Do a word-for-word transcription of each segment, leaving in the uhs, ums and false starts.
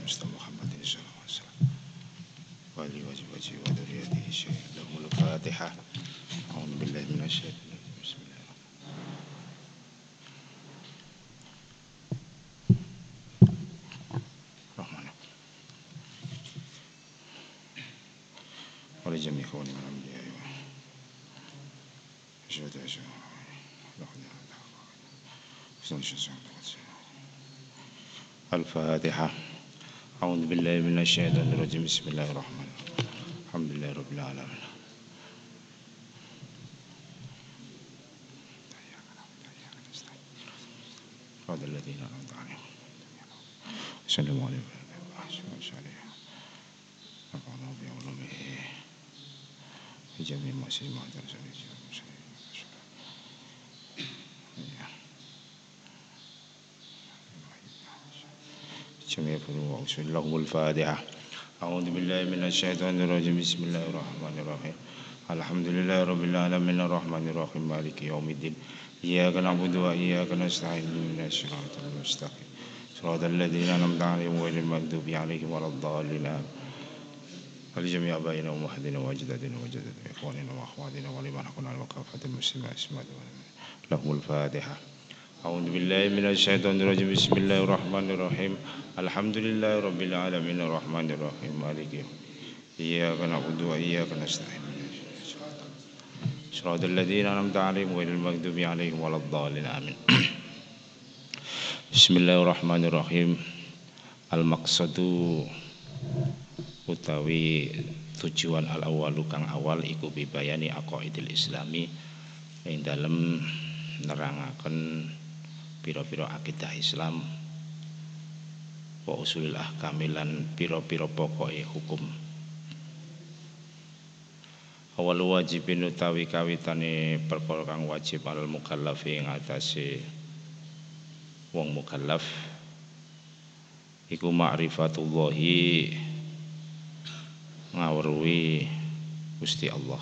Mustafa Muhammadin sallallahu alaihi wasallam wa alihi wa sahbihi wa dzurriyyatihi syai'in lahumul Fatihah. A'udzu billahi minasyaitonir rajim. Bismillahirrahmanirrahim. Wa li jami'i ikhwani min al-anbiya'i wa asyhadu an la ilaha illallah. Al-Fatihah. A'udzu billahi minasyaitonir rajim. Bismillahirrahmanirrahim. Alhamdulillahirabbil alamin. Qadal ladzina an'amta 'alaihim. Sallallahu alaihi wa sallam. Apa bi ulumihi. Jami' masih ma'tar جميع فروع وصل لهم الفاتحة. أعوذ بالله من الشيطان الرجيم. بسم الله الرحمن الرحيم. الحمد لله رب العالمين الرحمن الرحيم مالك يوم الدين. إياك نعبد وإياك نستعين اهدنا الصراط المستقيم صراط الذين أنعمت عليهم غير المغضوب عليهم ولا الضالين. الجميع آبائنا وأمهاتنا وأجدادنا وجداتنا وإخواننا وأخواتنا ولمن حقنا وكافة المسلمين لهم الفاتحة. أعوذ بالله من الشيطان الرجيم. بسم الله الرحمن الرحيم. الحمد لله رب العالمين الرحمن الرحيم مالك يوم الدين. إياك نعبد وإياك نستعين صراط الذين أنعمت عليهم غير المغضوب عليهم ولا الضالين آمين. بسم الله الرحمن الرحيم. Al-maqsadu utawi tujuan al-awalu kang awal iku bibayani aqaidil islami ing dalem nerangaken pira-pira akidah Islam wa usulil ahkamilan pira-pira pokoke hukum. Awal wajibin utawi kawitane perkara kang wajib alal mukallaf ing atase wong mukallaf iku ma'rifatullahi ngawruhi Gusti Allah.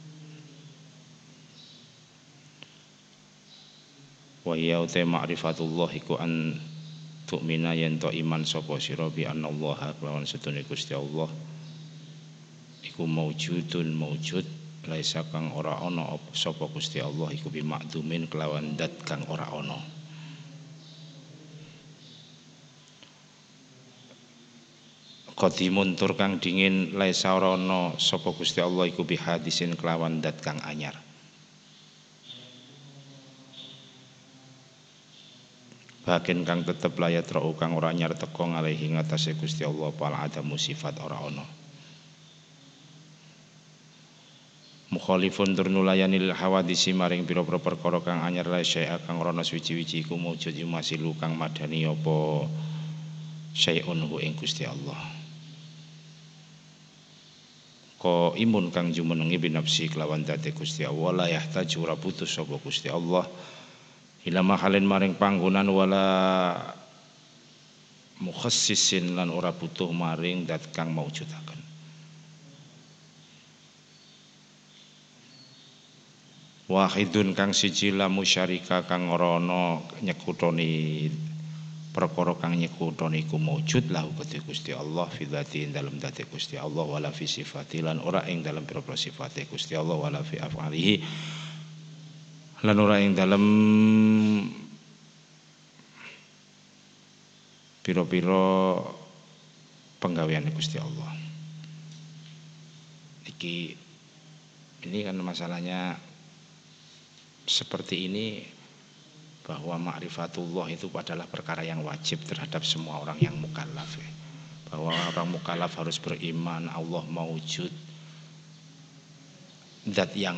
Wa ya uta ma'rifatullah iku an tu'mina yen to iman sapa sira bi anallaha kelawan sedune Gusti Allah iku maujudun maujud laisa kang ora ana sapa Gusti Allah iku bi makdumin kelawan dat kang ora ana. Qadimun tur kang dingin laisa ora ana sapa Gusti Allah iku bi hadisin kelawan dat kang anyar. Bagian kang tetep layat ra'u kang ora nyar teko ngalehi ngatasé Gusti Allah pal adamu sifat ora ana. Mukhalifun tur nulayanil hawadisi maring pira-pira perkara kang anyar la syai'a kang ora ana suci-wici iku maujud masilu kang madani apa syai'un hu ing Gusti Allah. Ko imun kang jumenengi binafsi kelawan date Gusti Allah la yahtaju ora butuh sapa Gusti Allah ila mahalin maring panggonan wala mukhassisin lan ora butuh maring dat kang maujudaken. Wahidun kang siji la musyarika kang ora ana nyekutoni perkara kang nyekutoni iku maujud lahu kedhe Gusti Allah fi dzati dalem dzati Gusti Allah wala fi sifati lan ora ing dalem pira-pira sifate Gusti Allah wala fi af'alihi lan ora ing dalem pira-pira penggaweane Gusti Allah. Iki ini kan masalahnya seperti ini bahwa ma'rifatullah itu adalah perkara yang wajib terhadap semua orang yang mukallaf. Bahwa orang mukallaf harus beriman Allah maujud, zat yang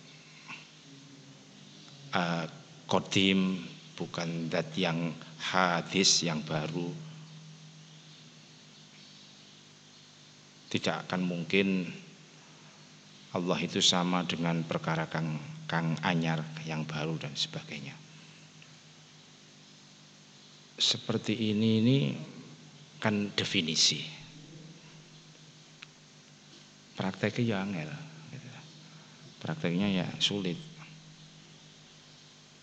Uh, kodim bukan dat yang hadis yang baru. Tidak akan mungkin Allah itu sama dengan perkara kang kang anyar yang baru dan sebagainya. Seperti ini ini kan definisi. Prakteknya ya angel. Prakteknya ya sulit.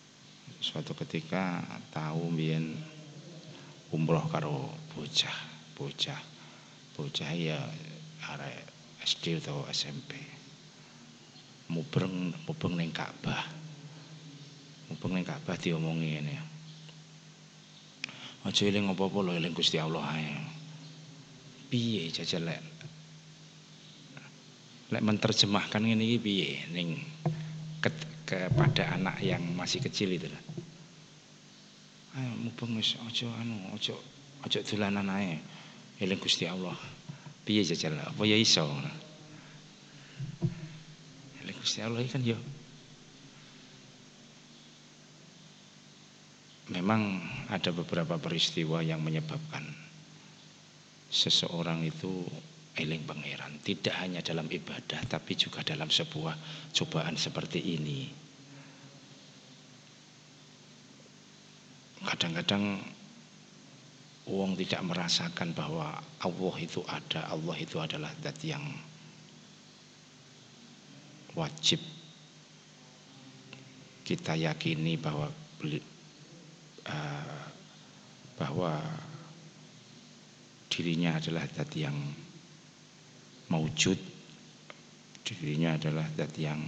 Suatu ketika tahu mbiyen umroh karo bocah bocah. Bocah ya arek S D atau S M P. Mubeng mubeng ning Ka'bah. Mubeng ning Ka'bah diomongi ngene. Aja eling apa-apa lho, eling Gusti Allah ae. Piye jajal lek lek menerjemahkan ngene iki piye ning ke, kepada anak yang masih kecil itu lah. Ayo mubeng wis aja anu, aja aja dolanan ae. Eling Gusti Allah. Piye jajal apa ya iso. Eling Gusti Allah kan ya. Memang ada beberapa peristiwa yang menyebabkan seseorang itu eling pangeran, tidak hanya dalam ibadah tapi juga dalam sebuah cobaan seperti ini. Kadang-kadang wong tidak merasakan bahwa Allah itu ada, Allah itu adalah zat yang wajib kita yakini bahwa uh, bahwa dirinya adalah zat yang maujud, dirinya adalah zat yang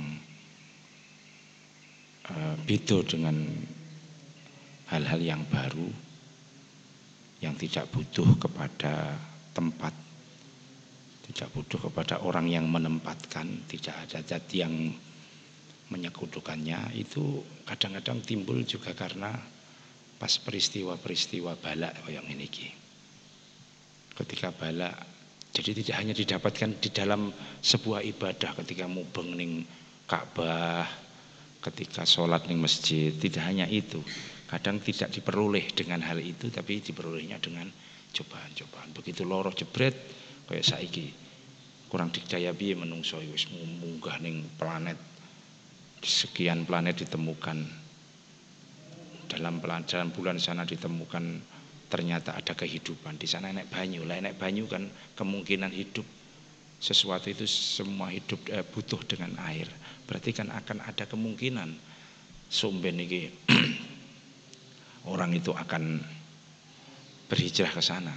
uh, beda dengan hal-hal yang baru, yang tidak butuh kepada tempat, tidak butuh kepada orang yang menempatkan, tidak ada zat yang menyekutukannya. Itu kadang-kadang timbul juga karena pas peristiwa-peristiwa balak yang ini. Ketika balak, jadi tidak hanya didapatkan di dalam sebuah ibadah, ketika mubeng ning Ka'bah, ketika sholat ning masjid, tidak hanya itu. Kadang tidak diperoleh dengan hal itu, tapi diperolehnya dengan cobaan-cobaan. Begitu loro jebret kayak saiki. Kurang dikdaya piye menungso wis munggah ning planet. Sekian planet ditemukan. Dalam pelajaran bulan sana ditemukan ternyata ada kehidupan. Di sana enek banyu. Lah enek banyu kan kemungkinan hidup sesuatu itu semua hidup eh, butuh dengan air. Berarti kan akan ada kemungkinan somben iki orang itu akan berhijrah ke sana.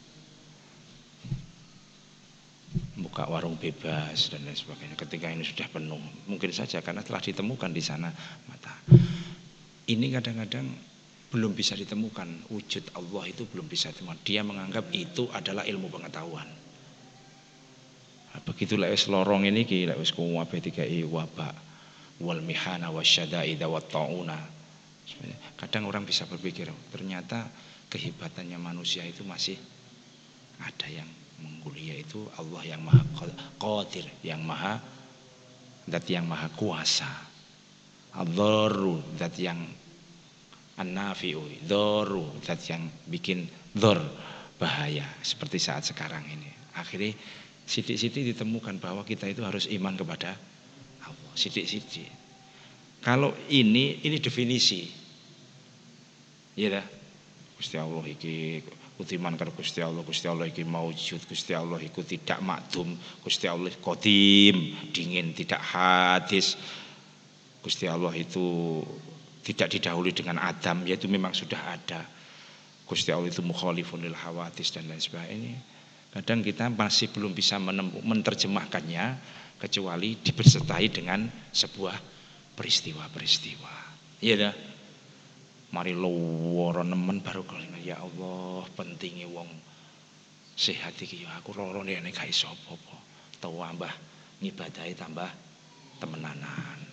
Buka warung bebas dan lain sebagainya. Ketika ini sudah penuh, mungkin saja karena telah ditemukan di sana mata. Ini kadang-kadang belum bisa ditemukan, wujud Allah itu belum bisa ditemukan. Dia menganggap itu adalah ilmu pengetahuan. Nah, begitulah wis lorong ini ki lek wis kuwabe dikai wabak wal mihana wasyadaida wat tauna. Kadang orang bisa berpikir ternyata kehebatannya manusia itu masih ada yang mengkuliah, itu Allah yang maha qadir, yang maha zat yang maha kuasa. Ad-dharru, zat yang an-nafi'u, dharru, zat yang bikin dhar, bahaya seperti saat sekarang ini. Akhirnya sidik-sidik ditemukan bahwa kita itu harus iman kepada Allah, sidik-sidik. Kalau ini ini definisi. Iya dah. Gusti Allah iki utiman karo Gusti Allah, Gusti Allah iki maujud, Gusti Allah iku tidak makdum, Gusti Allah qadim, dingin, tidak hadis. Gusti Allah itu tidak didahului dengan Adam, yaitu memang sudah ada. Gusti Allah itu mukhalifun lil hawadits dan lain sebagainya. Kadang kita masih belum bisa menerjemahkannya kecuali dibersertai dengan sebuah peristiwa-peristiwa. Iya dah. Mari loro nemen baru kalau ya Allah pentingnya wong sehat iki ya aku loro nek gak iso apa-apa. Tambah ngibadahi tambah temenanan.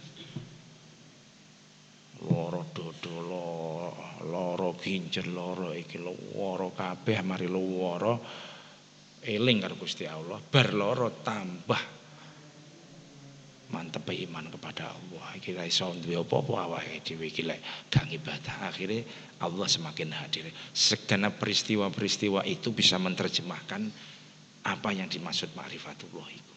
Loro dodo loro, loro ginjer loro iki loro kabeh mari loro eling karo Gusti Allah bar loro tambah mantep iman kepada Allah. Iki ra iso duwe apa-apa awake dhewe iki lek gak ngibadah. Akhirnya Allah semakin hadir. Segenap peristiwa-peristiwa itu bisa menerjemahkan apa yang dimaksud ma'rifatullah itu.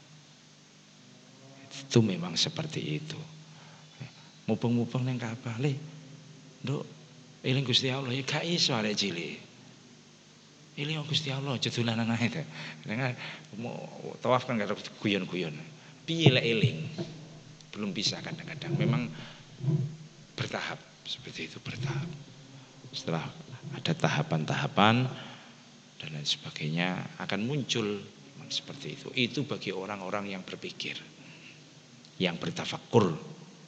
Itu memang seperti itu. Mubeng-mubeng ning Ka'bah le. Nduk, eling Gusti Allah ya gak iso arek cilik. Eling Gusti Allah aja dolanan ae ta. Nek tawaf kan karo guyon-guyon. Piye lek eling? Belum bisa kadang-kadang. Memang bertahap seperti itu, bertahap. Setelah ada tahapan-tahapan dan lain sebagainya akan muncul iman seperti itu. Itu bagi orang-orang yang berpikir, yang bertafakkur.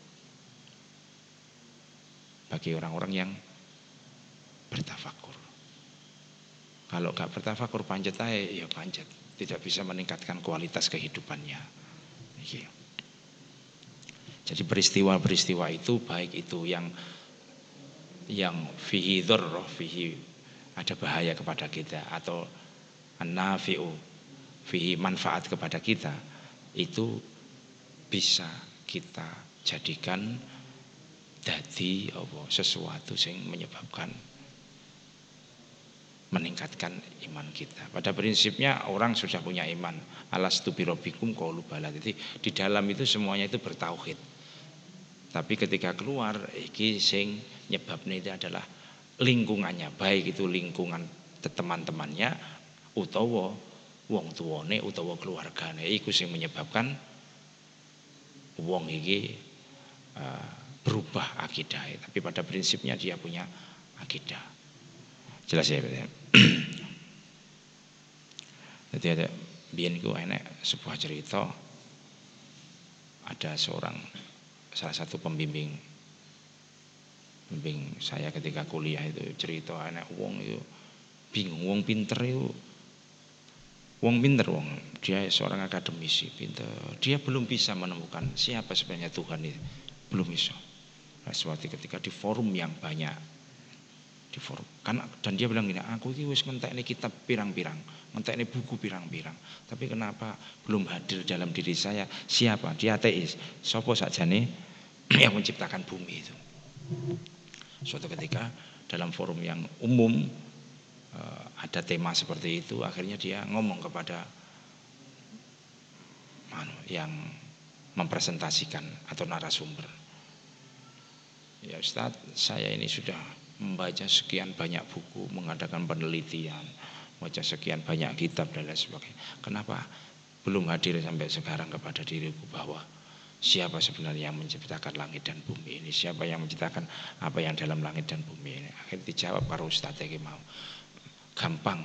Bagi orang-orang yang bertafakkur. Kalau gak bertafakkur pancet aja, ya pancet, tidak bisa meningkatkan kualitas kehidupannya. Jadi peristiwa-peristiwa itu, baik itu yang yang fihi dzarrah, fihi ada bahaya kepada kita, atau an-nafi'u fihi manfaat kepada kita, itu bisa kita jadikan dadi apa sesuatu yang menyebabkan meningkatkan iman kita. Pada prinsipnya orang sudah punya iman. Alastu birabbikum qalu bala. Jadi di dalam itu semuanya itu bertauhid. Tapi ketika keluar iki sing nyebabnya itu adalah lingkungannya, baik itu lingkungan teman-temannya utawa wong tuane utawa keluargane, iku sing menyebabkan wong iki uh, berubah akidah. Tapi pada prinsipnya dia punya akidah. Jelas ya? Jadi ada biyen iku enek sebuah cerita, ada seorang salah satu pembimbing pembimbing saya ketika kuliah itu cerita enek wong itu bingung, wong pinter itu wong pinter wong dia seorang akademisi pinter, dia belum bisa menemukan siapa sebenarnya Tuhan itu, belum bisa. Nah, suatu ketika di forum yang banyak di forum kan, dan dia bilang gini, aku ini wis ngentekne kitab pirang-pirang, ngentekne buku pirang-pirang, tapi kenapa belum hadir dalam diri saya siapa? Dia ateis. Sopo sakjane yang menciptakan bumi itu. Suatu ketika dalam forum yang umum uh, ada tema seperti itu, akhirnya dia ngomong kepada anu, yang mempresentasikan atau narasumber, ya Ustadz, saya ini sudah membaca sekian banyak buku, mengadakan penelitian, baca sekian banyak kitab dan lain sebagainya. Kenapa belum hadir sampai sekarang kepada diriku bahwa siapa sebenarnya yang menciptakan langit dan bumi ini, siapa yang menciptakan apa yang dalam langit dan bumi ini. Akhirnya dijawab karo Ustadz iki mau, gampang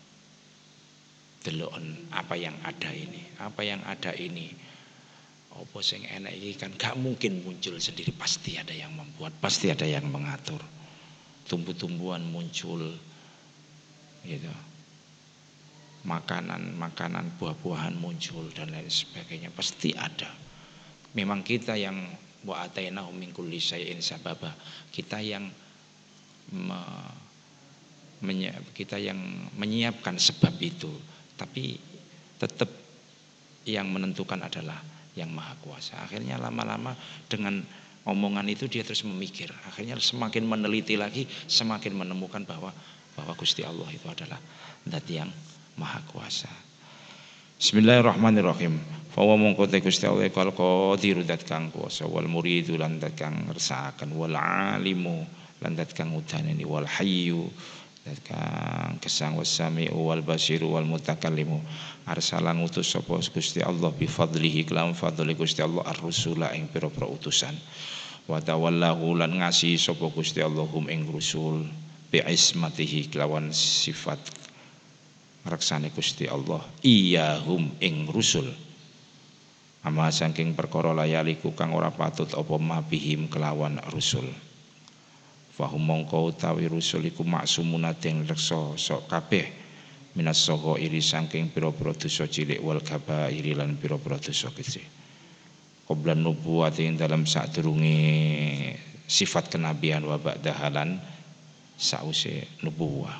delok apa yang ada ini, apa yang ada ini. Apa sing enak iki kan gak mungkin muncul sendiri, pasti ada yang membuat, pasti ada yang mengatur. Tumbuh-tumbuhan muncul gitu, makanan-makanan, buah-buahan muncul dan lain sebagainya, pasti ada. Memang kita yang wa atainahu min kulli syai'in sababa, kita yang me, menyi, kita yang menyiapkan sebab itu, tapi tetap yang menentukan adalah yang maha kuasa. Akhirnya lama-lama dengan omongan itu dia terus memikir, akhirnya semakin meneliti lagi, semakin menemukan bahwa bahwa Gusti Allah itu adalah zat yang maha kuasa. Bismillahirrahmanirrahim. Fa wa mongko te Gusti Allah kal qadir zat kang kuasa, wal muridu lan zat kang ngersakaken, wal alimu lan zat kang udaneni, wal hayyu zat kang gesang, wasami'u wal basiru wal mutakallimu. Arsalan utus sapa Gusti Allah bi fadlihi kelam fadli Gusti Allah ar-rusula ing pira-pira utusan. Wa tawallahu lan ngasihi sapa Gusti Allah hum ing rusul bi ismatihi kelawan sifat raksane Gusti Allah iyahum ing rusul. Ama saking perkara layaliku kang ora patut apa mabihim kelawan rusul. Fahum mongko utawi rusul iku maksumuna den reksa sok kabeh minas soko iri saking pira-pira dosa cilik wal kabairi lan pira-pira dosa kecil. Qablan nubuwat ing dalam sadurunge sifat kenabian wa ba'dahalan sause nubuwah.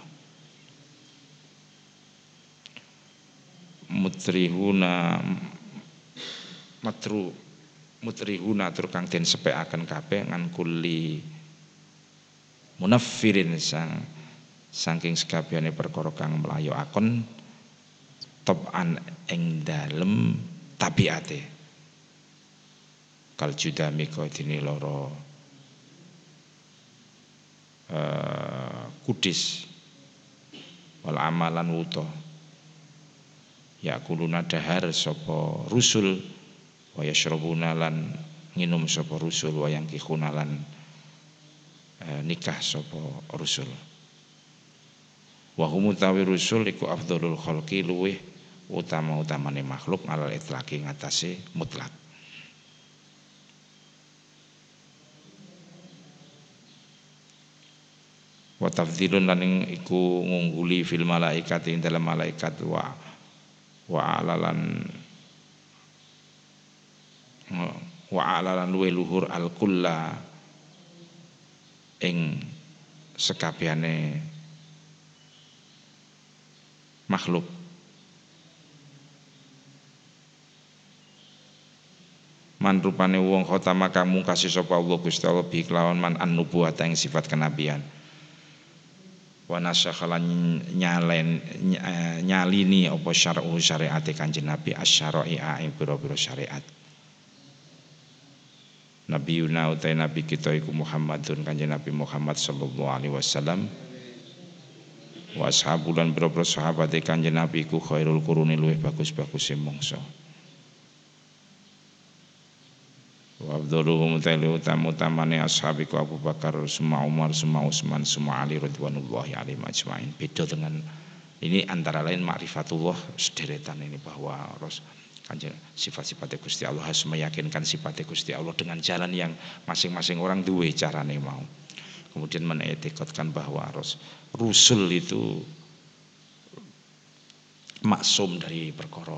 Mutrihuna matru mutrihuna tur kang den sepekaken kabeh ngan kuli munaffirin sang saking sekabehane perkara kang mlayokaken taban ing dalem tabiate kal judami kodine loro uh, kudis wal amalan wuto ya kuluna dahar sapa rusul wa yashrabuna lan nginum sapa rusul wa yang kikhunalan nikah sapa rusul. Wa hum utawi rusul iku afdhalul khalqi luweh utama-utamane makhluk alal itlaqi ngatasé mutlak. Wa tafdzilun lan iku ngungguli fil malaikat ing dalam malaikat wa wa alalan wa alalan luweh luhur al kulla ing sekabehane makhluk. Man rupane wong khotama kang mungkasi sapa Allah Gusti Allah bi kelawan man an-nubuwah ing sifat kenabian. Wa nasakhalan nyalen nyalini apa syar'u syariate Kanjeng Nabi asyara'i'a ing pira-pira syariat. Nabi Yuna utai Nabi kita iku Muhammadun Kanjeng Nabi Muhammad sallallahu alaihi wasallam. Wa ashabulan pira-pira sahabat Kanjeng Nabi iku khairul quruni luwih bagus-baguse mangsa. Wa afdhaluhum ta'ala utam-utamane ashabiku Abu Bakar, summa Umar, summa Utsman, summa Ali radhiyallahu alaihim ajmain. Beda dengan ini antara lain ma'rifatullah sederetan ini bahwa harus kanjeng sifat-sifatnya Gusti Allah, harus meyakinkan sifatnya Gusti Allah dengan jalan yang masing-masing orang duwe carane mau. Kemudian menetikotkan bahwa harus rusul itu maksum dari perkara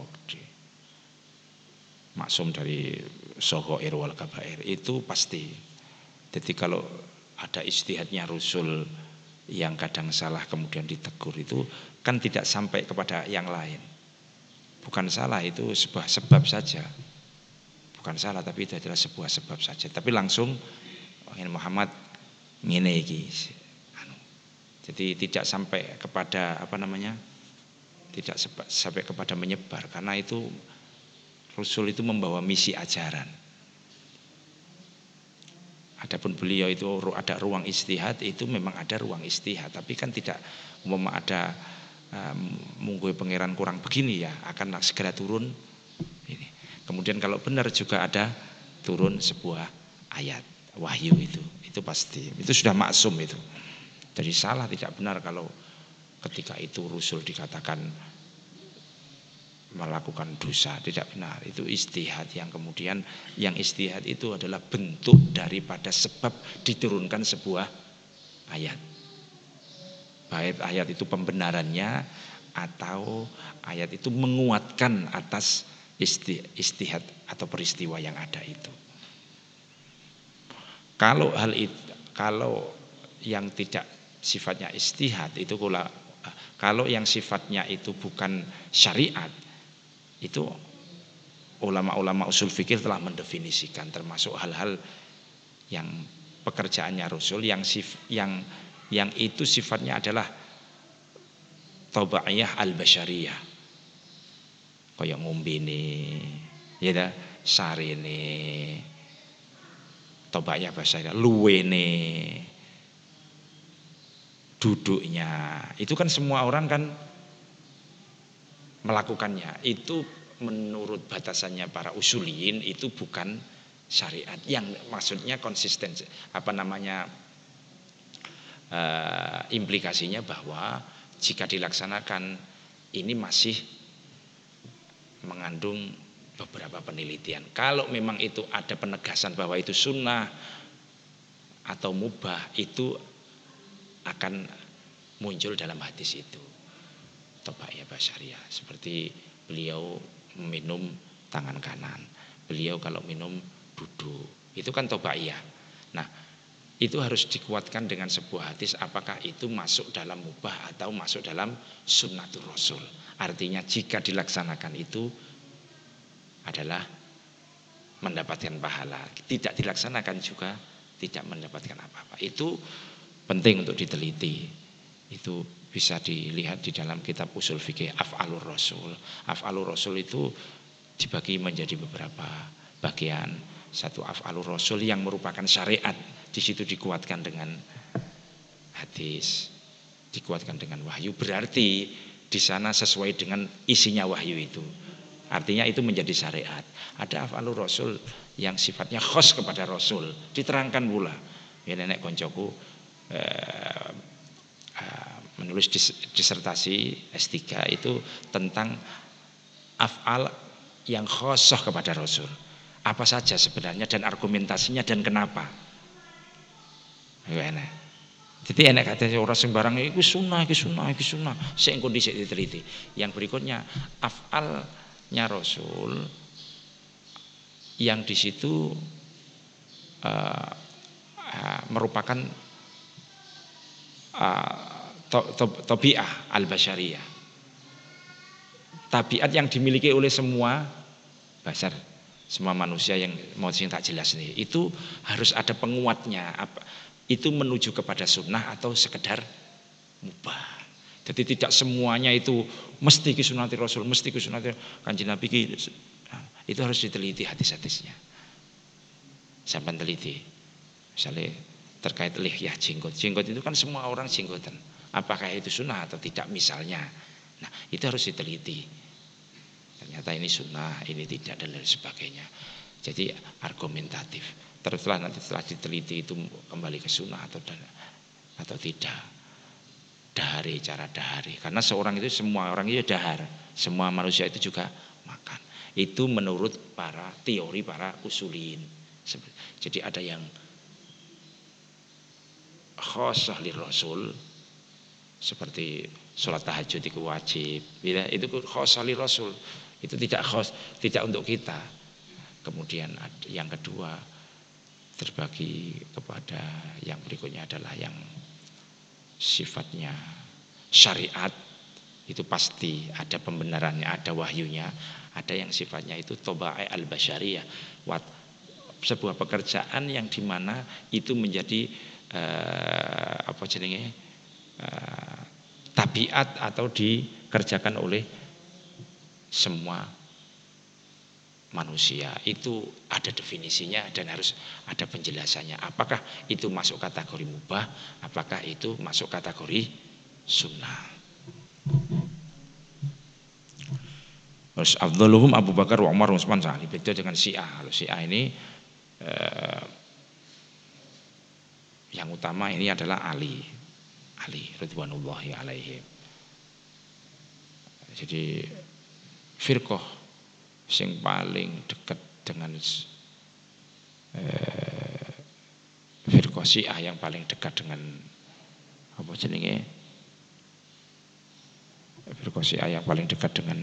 maksum dari soghair wal kabair itu pasti. Jadi kalau ada ijtihadnya Rasul yang kadang salah kemudian ditegur itu kan tidak sampai kepada yang lain. Bukan salah, itu sebuah sebab saja. Bukan salah tapi itu adalah sebuah sebab saja. Tapi langsung Muhammad ngene iki. Jadi tidak sampai kepada apa namanya? Tidak sampai kepada menyebar karena itu Rasul itu membawa misi ajaran. Adapun beliau itu ada ruang istihad, itu memang ada ruang istihad, tapi kan tidak umpama ada um, munggu pangeran kurang begini ya akan segera turun ini. Kemudian kalau benar juga ada turun sebuah ayat wahyu itu, itu pasti, itu sudah maksum itu. Jadi salah tidak benar kalau ketika itu Rasul dikatakan melakukan dosa, tidak benar. Itu istihad yang kemudian yang istihad itu adalah bentuk daripada sebab diturunkan sebuah ayat. Baik ayat itu pembenarannya atau ayat itu menguatkan atas istihad atau peristiwa yang ada itu. Kalau hal itu, kalau yang tidak sifatnya istihad itu kalau yang sifatnya itu bukan syariat, itu ulama-ulama usul fikih telah mendefinisikan termasuk hal-hal yang pekerjaannya Rasul yang sif, yang yang itu sifatnya adalah tabaiyah al-basyariyah. Kayak ngombene, ya ta, sarene, tabaiyah basyariyah, luwene, duduknya. Itu kan semua orang kan melakukannya. Itu menurut batasannya para usuliyin itu bukan syariat. Yang maksudnya konsisten apa namanya uh, implikasinya bahwa jika dilaksanakan ini masih mengandung beberapa penelitian. Kalau memang itu ada penegasan bahwa itu sunnah atau mubah, itu akan muncul dalam hadis itu. Tabaiyah basyariyah, seperti beliau minum tangan kanan, beliau kalau minum duduk, itu kan tabaiyah. Nah, itu harus dikuatkan dengan sebuah hadis apakah itu masuk dalam mubah atau masuk dalam sunnatul Rasul. Artinya jika dilaksanakan itu adalah mendapatkan pahala, tidak dilaksanakan juga tidak mendapatkan apa-apa. Itu penting untuk diteliti. Itu bisa dilihat di dalam kitab usul fikih Af'alur Rasul. Af'alur Rasul itu dibagi menjadi beberapa bagian. Satu Af'alur Rasul yang merupakan syariat, di situ dikuatkan dengan hadis, dikuatkan dengan wahyu, berarti di sana sesuai dengan isinya wahyu itu. Artinya itu menjadi syariat. Ada Af'alur Rasul yang sifatnya khos kepada Rasul, diterangkan pula. Ya nenek koncoku eh, Uh, menulis dis, disertasi S tiga itu tentang af'al yang khosoh kepada Rasul. Apa saja sebenarnya dan argumentasinya dan kenapa. Ayo enak. Jadi enak katanya orang sembarang itu sunnah, itu sunnah, itu sunnah. Sing kondisi diteliti. Yang berikutnya af'alnya Rasul yang di situ uh, uh, merupakan uh, to, to, tobi'ah al-basyariyah. Tabiat yang dimiliki oleh semua basar, semua manusia yang mau sing tak jelas nih. Itu harus ada penguatnya. Apa, itu menuju kepada sunnah atau sekedar mubah. Jadi tidak semuanya itu mesti ke sunnati Rasul, mesti ke sunnati Kanjeng Nabi. Itu harus diteliti hadis-hadisnya. Sampai teliti. Misalnya terkait lihyah jenggot. Jenggot itu kan semua orang jenggotan. Apakah itu sunnah atau tidak misalnya. Nah, itu harus diteliti. Ternyata ini sunnah, ini tidak dan lain sebagainya. Jadi argumentatif. Teruslah nanti setelah diteliti itu kembali ke sunnah atau atau tidak. Dahari, cara dahari. Karena seorang itu semua orang itu dahar. Semua manusia itu juga makan. Itu menurut para teori para usulin. Jadi ada yang khosah li Rasul seperti sholat tahajud itu wajib. Itu khosah li Rasul. Itu tidak khos, tidak untuk kita. Kemudian yang kedua terbagi kepada yang berikutnya adalah yang sifatnya syariat, itu pasti ada pembenarannya, ada wahyunya. Ada yang sifatnya itu toba'i al-basyariyah, sebuah pekerjaan yang dimana itu menjadi uh, apa jenenge uh, tabiat atau dikerjakan oleh semua manusia. Itu ada definisinya dan harus ada penjelasannya. Apakah itu masuk kategori mubah, apakah itu masuk kategori sunnah. Terus afdhaluhum Abu Bakar wa Umar Utsman Ali. Beda dengan Syiah. Kalau Syiah ini eh, yang utama ini adalah Ali. Ali radhiyallahu alaihi. Jadi firqah sing paling dekat dengan eh, firqah Syiah yang paling dekat dengan apa jenenge? Firqah Syiah yang paling dekat dengan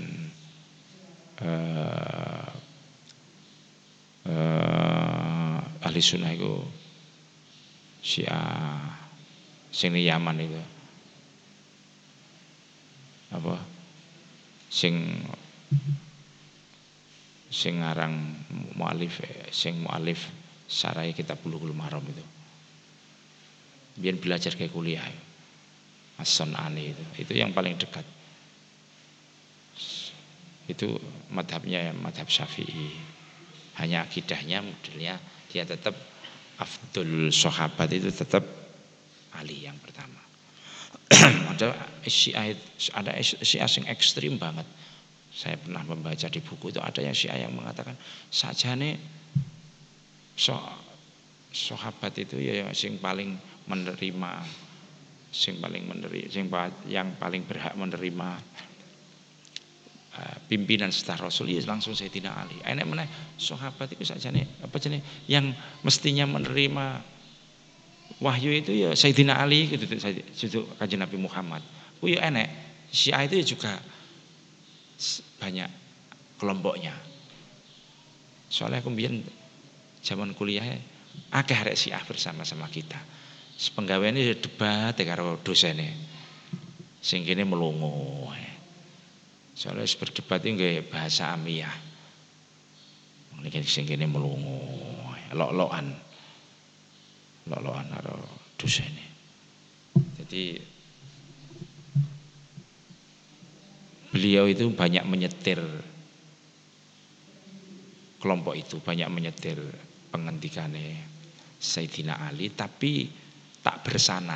uh, uh, ahli sunnah itu Syiah sing Yaman itu apa sing sing ngarang mualif sing mualif sarai kitab Bulughul Maram itu biar belajar kayak kuliah As-Sun'ani itu itu yang paling dekat. Itu madhabnya madhab Syafi'i. Hanya akidahnya modelnya dia tetap afdul sahabat itu tetap Ali yang pertama. Ada Syiah ada Syiah yang ekstrim banget. Saya pernah membaca di buku itu ada yang Syiah yang mengatakan sajane so, sahabat itu ya yang paling menerima yang paling menerima yang paling berhak menerima pimpinan setelah Rasul ya langsung Sayyidina Ali. Enak meneh sahabat itu sajane apa jenenge yang mestinya menerima wahyu itu ya Sayyidina Ali gitu itu Kanjeng Nabi Muhammad. Oh ya enak. Syiah itu juga banyak kelompoknya. Soalnya aku mbiyen zaman kuliah akeh arek Syiah bersama-sama kita. Sepenggaweane debat karo dosene. Sing kene melongo. Soalnya berdebat itu nggak bahasa amiyah. Mungkin sing kene melongo, lok-lokan, lok-lokan karo dosene. Jadi beliau itu banyak menyetir kelompok itu, banyak menyetir pengendikane Sayyidina Ali, tapi tak bersanad.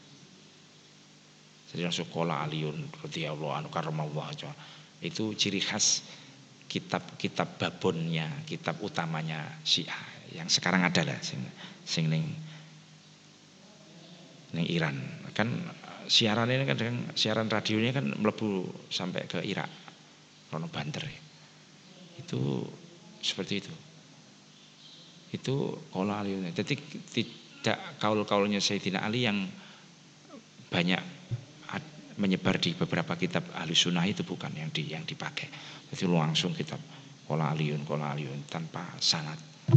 Jadi sekolah Aliun radhiyallahu anhu karramallahu wajhahu. Itu ciri khas kitab-kitab babonnya, kitab utamanya Syiah yang sekarang ada lah sing sing ning ning Iran. Kan siaran ini kadang siaran radionya kan melebu sampai ke Irak, rono banter. Itu seperti itu. Itu kaula aliyun. Jadi tidak kaul-kaulnya Sayyidina Ali yang banyak menyebar di beberapa kitab ahli sunnah itu bukan yang di yang dipakai. Jadi langsung kitab kaula aliyun, kaula aliyun tanpa sanad.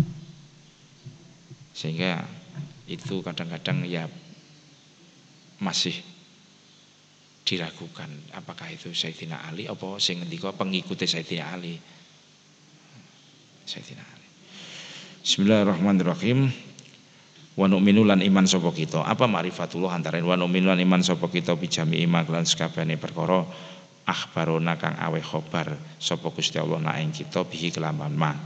Sehingga itu kadang-kadang ya masih diragukan apakah itu Sayyidina Ali apa sing ngendika pengikuti Sayyidina Ali. Sayyidina Ali. Bismillahirrahmanirrahim. Wa nu'minu lan iman sapa kita. Apa ma'rifatullah antara wa nu'minu lan iman sapa kita bijami iman lan sakabehane perkara akhbarona kang aweh khobar sapa Gusti Allah nak ing kita bihi kelaman ma.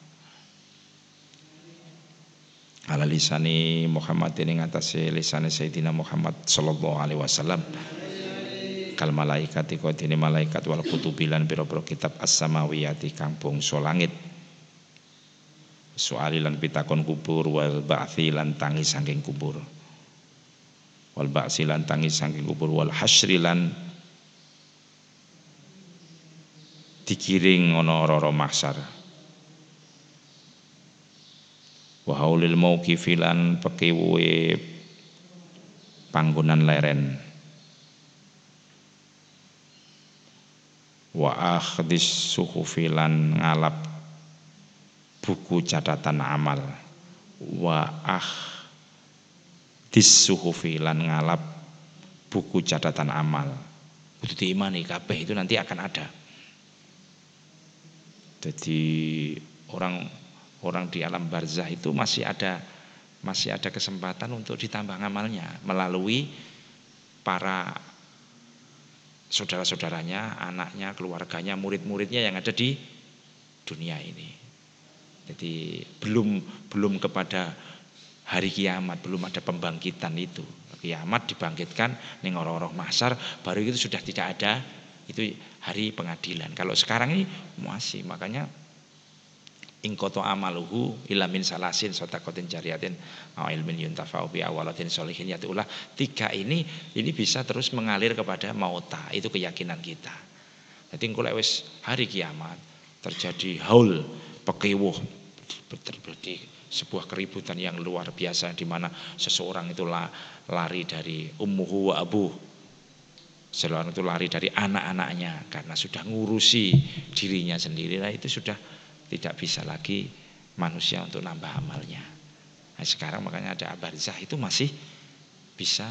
Ala lisani Muhammad ing atase lisane Sayyidina Muhammad sallallahu alaihi wasallam. Kal malaikat iku dene malaikat wal kutubilan pira-pira kitab as-samawiyati kang bangsa langit. Soali lan pitakon kubur wal ba'thi lan tangi saking kubur. Wal ba'si lan tangi saking kubur wal hasyri lan digiring ana ora mahsyar. Wa haulil mauqifi lan pekewe panggonan leren. Wa akhdis suhufi lan ngalap buku catatan amal. Wa ah disuhufi lan ngalap buku catatan amal. Itu diimani kabeh itu nanti akan ada. Jadi orang orang di alam barzah itu masih ada masih ada kesempatan untuk ditambah amalnya melalui para saudara-saudaranya, anaknya, keluarganya, murid-muridnya yang ada di dunia ini. Jadi belum belum kepada hari kiamat, belum ada pembangkitan itu. Kiamat dibangkitkan ning ora-ora mahsyar, baru itu sudah tidak ada, itu hari pengadilan. Kalau sekarang ini masih, makanya ingkoto amaluhu ila min salasin sotakotin jariyatin au ilmin yuntafa'u bi awalatin sholihin yatulah. Tiga ini ini bisa terus mengalir kepada mauta, itu keyakinan kita. Jadi kalau wis hari kiamat terjadi haul pekewuh, terjadi sebuah keributan yang luar biasa di mana seseorang itu lari dari ummuhu wa abuh, seseorang itu lari dari anak-anaknya karena sudah ngurusi dirinya sendiri. Nah itu sudah tidak bisa lagi manusia untuk nambah amalnya. Nah, sekarang makanya ada barzah itu masih bisa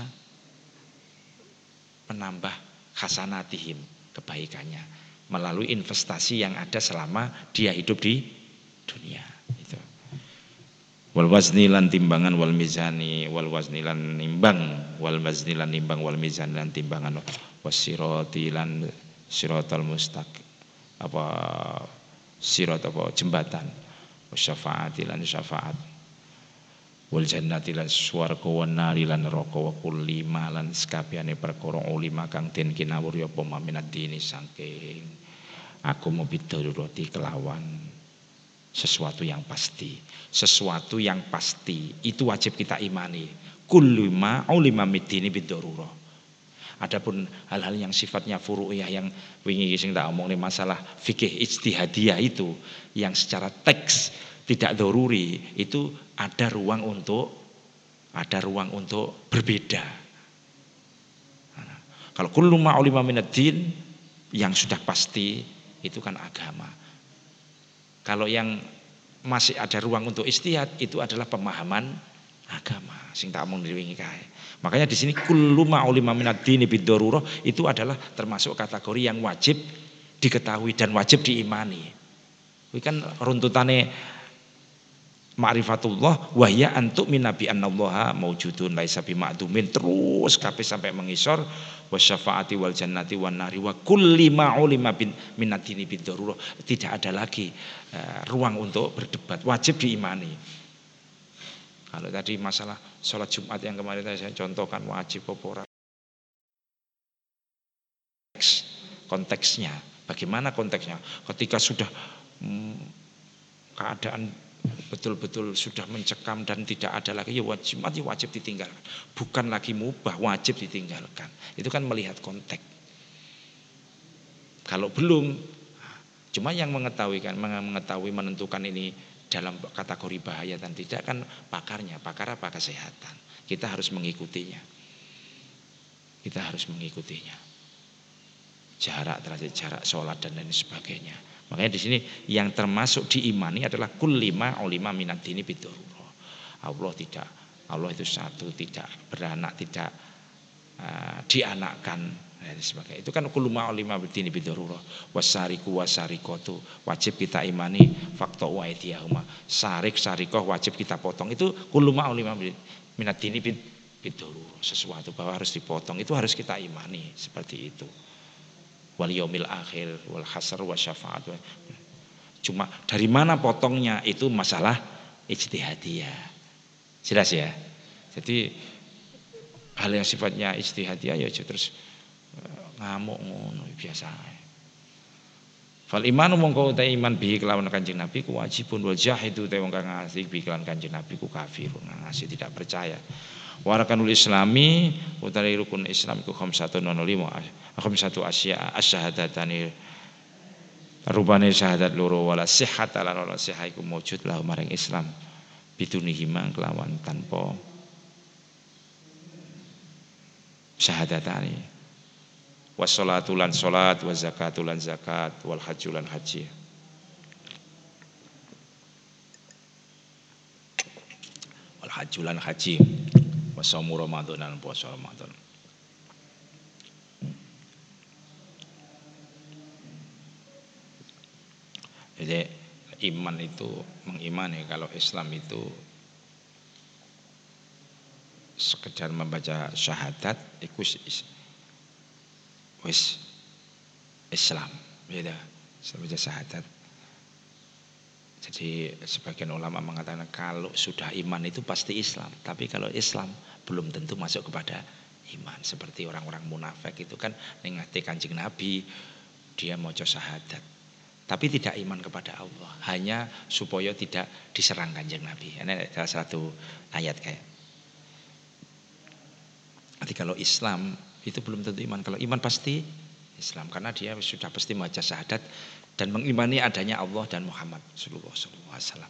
menambah hasanatihim, kebaikannya melalui investasi yang ada selama dia hidup di dunia. Itu. Wal wazni lan timbangan wal mizani wal wazni lan nimbang wal wazni lan nimbang wal mizan lan timbangan wasirati lan siratal mustaqim apa sirat apa jembatan wasyafaati lan syafaat wal jannati lan swarga wan nari lan neraka wa kulli malan sakabehane perkara ulima kang den kinawur ya apa minad dini saking aku mau bidurati kelawan sesuatu yang pasti. Sesuatu yang pasti itu wajib kita imani. Kullu ma ulima midini biddarurah. Adapun hal-hal yang sifatnya furu'iyah yang wingi sing tak omongin masalah fikih ijtihadiyah itu yang secara teks tidak doruri, itu ada ruang untuk ada ruang untuk berbeda. Nah, kalau kullu ma ulima minad-din yang sudah pasti itu kan agama. Kalau yang masih ada ruang untuk ijtihad itu adalah pemahaman agama sing tak omong diwingi kae. Makanya di sini kullu ma ulima minad-dini bid-darurah itu adalah termasuk kategori yang wajib diketahui dan wajib diimani. Kuwi kan runtutane ma'rifatullah wa ya antu minabi annallaha maujudun laisa bima'dumin terus kabeh sampai mengisor wasyafaati wal jannati wan nari wa kulli ma ulima minad-dini bid-darurah. Tidak ada lagi uh, ruang untuk berdebat, wajib diimani. Kalau tadi masalah sholat Jumat yang kemarin saya contohkan wajib apa ora, konteksnya, bagaimana konteksnya? Ketika sudah hmm, keadaan betul-betul sudah mencekam dan tidak ada lagi, ya wajib mati wajib ditinggalkan. Bukan lagi mubah, wajib ditinggalkan. Itu kan melihat konteks. Kalau belum, cuma yang mengetahui kan, mengetahui menentukan ini dalam kategori bahaya dan tidak kan pakarnya, pakar apa kesehatan. Kita harus mengikutinya. Kita harus mengikutinya. Jarak terhadap jarak sholat dan lain sebagainya. Makanya di sini yang termasuk diimani adalah kullima ulima minad dini bidururah. Allah tidak, Allah itu satu, tidak beranak, tidak uh, dianakkan dan sebagainya. Itu kan kullima ulima bidini bidururah. Wasariku wasarikotu wajib kita imani fakta wa aidiyahuma. Sarik sarikoh wajib kita potong. Itu kullima ulima minad dini bidururah. Sesuatu bahwa harus dipotong itu harus kita imani seperti itu. Wal yaumil akhir wal hasr wa syafaat. Cuma dari mana potongnya itu masalah ijtihadiyah. Jelas ya. Jadi hal yang sifatnya ijtihadiyah ya terus ngamuk ngono biasa. Fal imanu mongko uta iman bihi kelawan Kanjeng Nabi ku wajibun wal jahidu te wong kang ngasih bihi kelawan Kanjeng Nabi ku kafirun, ngasih tidak percaya. Warakanul islami utawi rukun Islam iku khamsatun wa lima khamsatu asya asyhadatani rubane syahadat loro wala sihhat lan wala sihah iku mujud lahu maring Islam bidunihima kelawan tanpa syahadatani wassalatu lan salat wa zakatu lan zakat wal hajju lan haji. Wal hajju lan haji wasomu Ramadan dan puasa Ramadan. Jadi iman itu mengimani kalau Islam itu sekedar membaca syahadat itu wis Islam, beda membaca syahadat. Jadi sebagian ulama mengatakan kalau sudah iman itu pasti Islam. Tapi kalau Islam belum tentu masuk kepada iman. Seperti orang-orang munafik itu kan nengati Kanjeng Nabi, dia maca syahadat. Tapi tidak iman kepada Allah. Hanya supaya tidak diserang Kanjeng Nabi. Ini salah satu ayat kayak. Jadi kalau Islam itu belum tentu iman. Kalau iman pasti Islam. Karena dia sudah pasti membaca syahadat dan mengimani adanya Allah dan Muhammad sallallahu alaihi wasallam.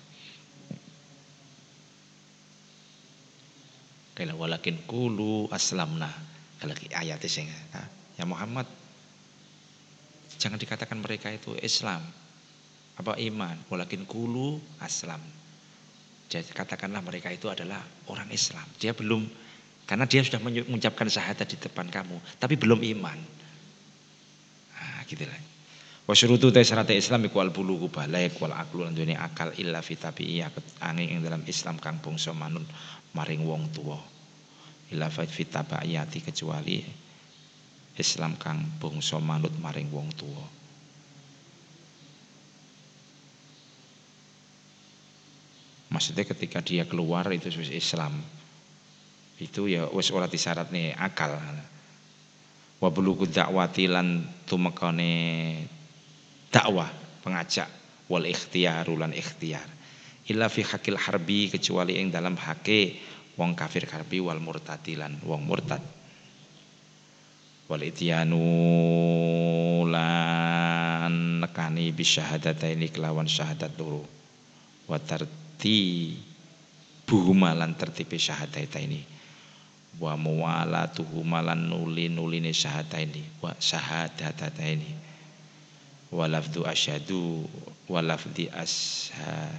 Kala walakin qulu aslamna. Kalau ayatnya sing ya Muhammad jangan dikatakan mereka itu Islam apa iman, walakin qulu aslam. Jadi katakanlah mereka itu adalah orang Islam. Dia belum, karena dia sudah mengucapkan syahadat di depan kamu, tapi belum iman. Nah, gitulah. Wa syurutu ta syarat Islam iku al bulughu balaik wal aqlu lan duweni akal illa fi tabi'iyah angin ing dalam Islam kang bangsa manut maring wong tuwa. Illa fi tabi'iyati kecuali Islam kang bangsa manut maring wong tuwa. Maksudnya ketika dia keluar itu wis Islam. Itu ya wis ora disyaratne akal. Wa bulughu da'wati lan tumekane dakwah, pengajak wal ikhtiar lan ikhtiar illa fi hakil harbi kecuali ing dalam hake wong kafir harbi wal murtadi lan wong murtad wal ityanu lan nekani bi syahadataini kelawan syahadat loro wa tarti buhuma lan tertipe syahadataini wa muwalatuhuma lan nuli nuline syahadataini wa syahadataini walafdu asyhadu walafdi asha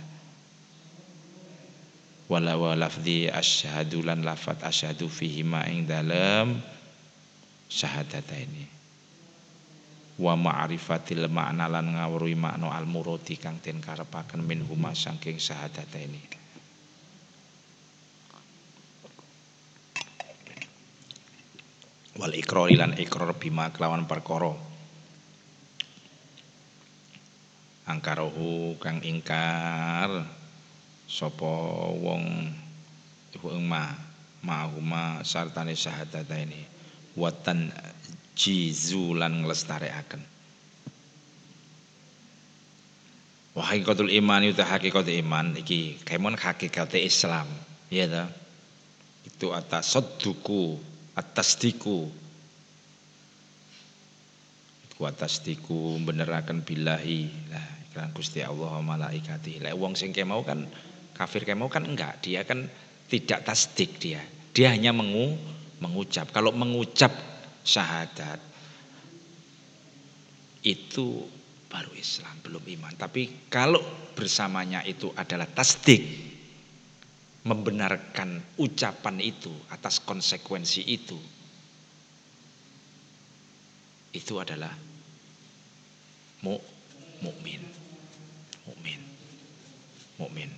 wala walafdi asyhadu lan lafat asyhadu fihi ma ing dalem syahadataini wa ma'rifatil makna lan ngawruhi makna al muradi kang den karepaken min huma saking syahadataini wal iqrar lan iqrar bima kelawan perkara angkarohu kang ingkar sapa wong iku ing ma mahuma sartane syahadataini watan jizulan nglestarekaken Wa hakikatul iman itu hakikat iman iki kemon hakikat Islam, ya ta? Itu atas sadduku, atas diku. Itu atas diku beneraken billahi. Lah, iklan Gusti Allah malaikati. Lek wong sing kemau kan kafir kemau kan enggak, dia kan tidak tasdik dia. Dia hanya mengu, mengucap. Kalau mengucap syahadat itu baru Islam, belum iman. Tapi kalau bersamanya itu adalah tasdik, membenarkan ucapan itu atas konsekuensi itu, itu adalah mu, mukmin, mukmin, mukmin.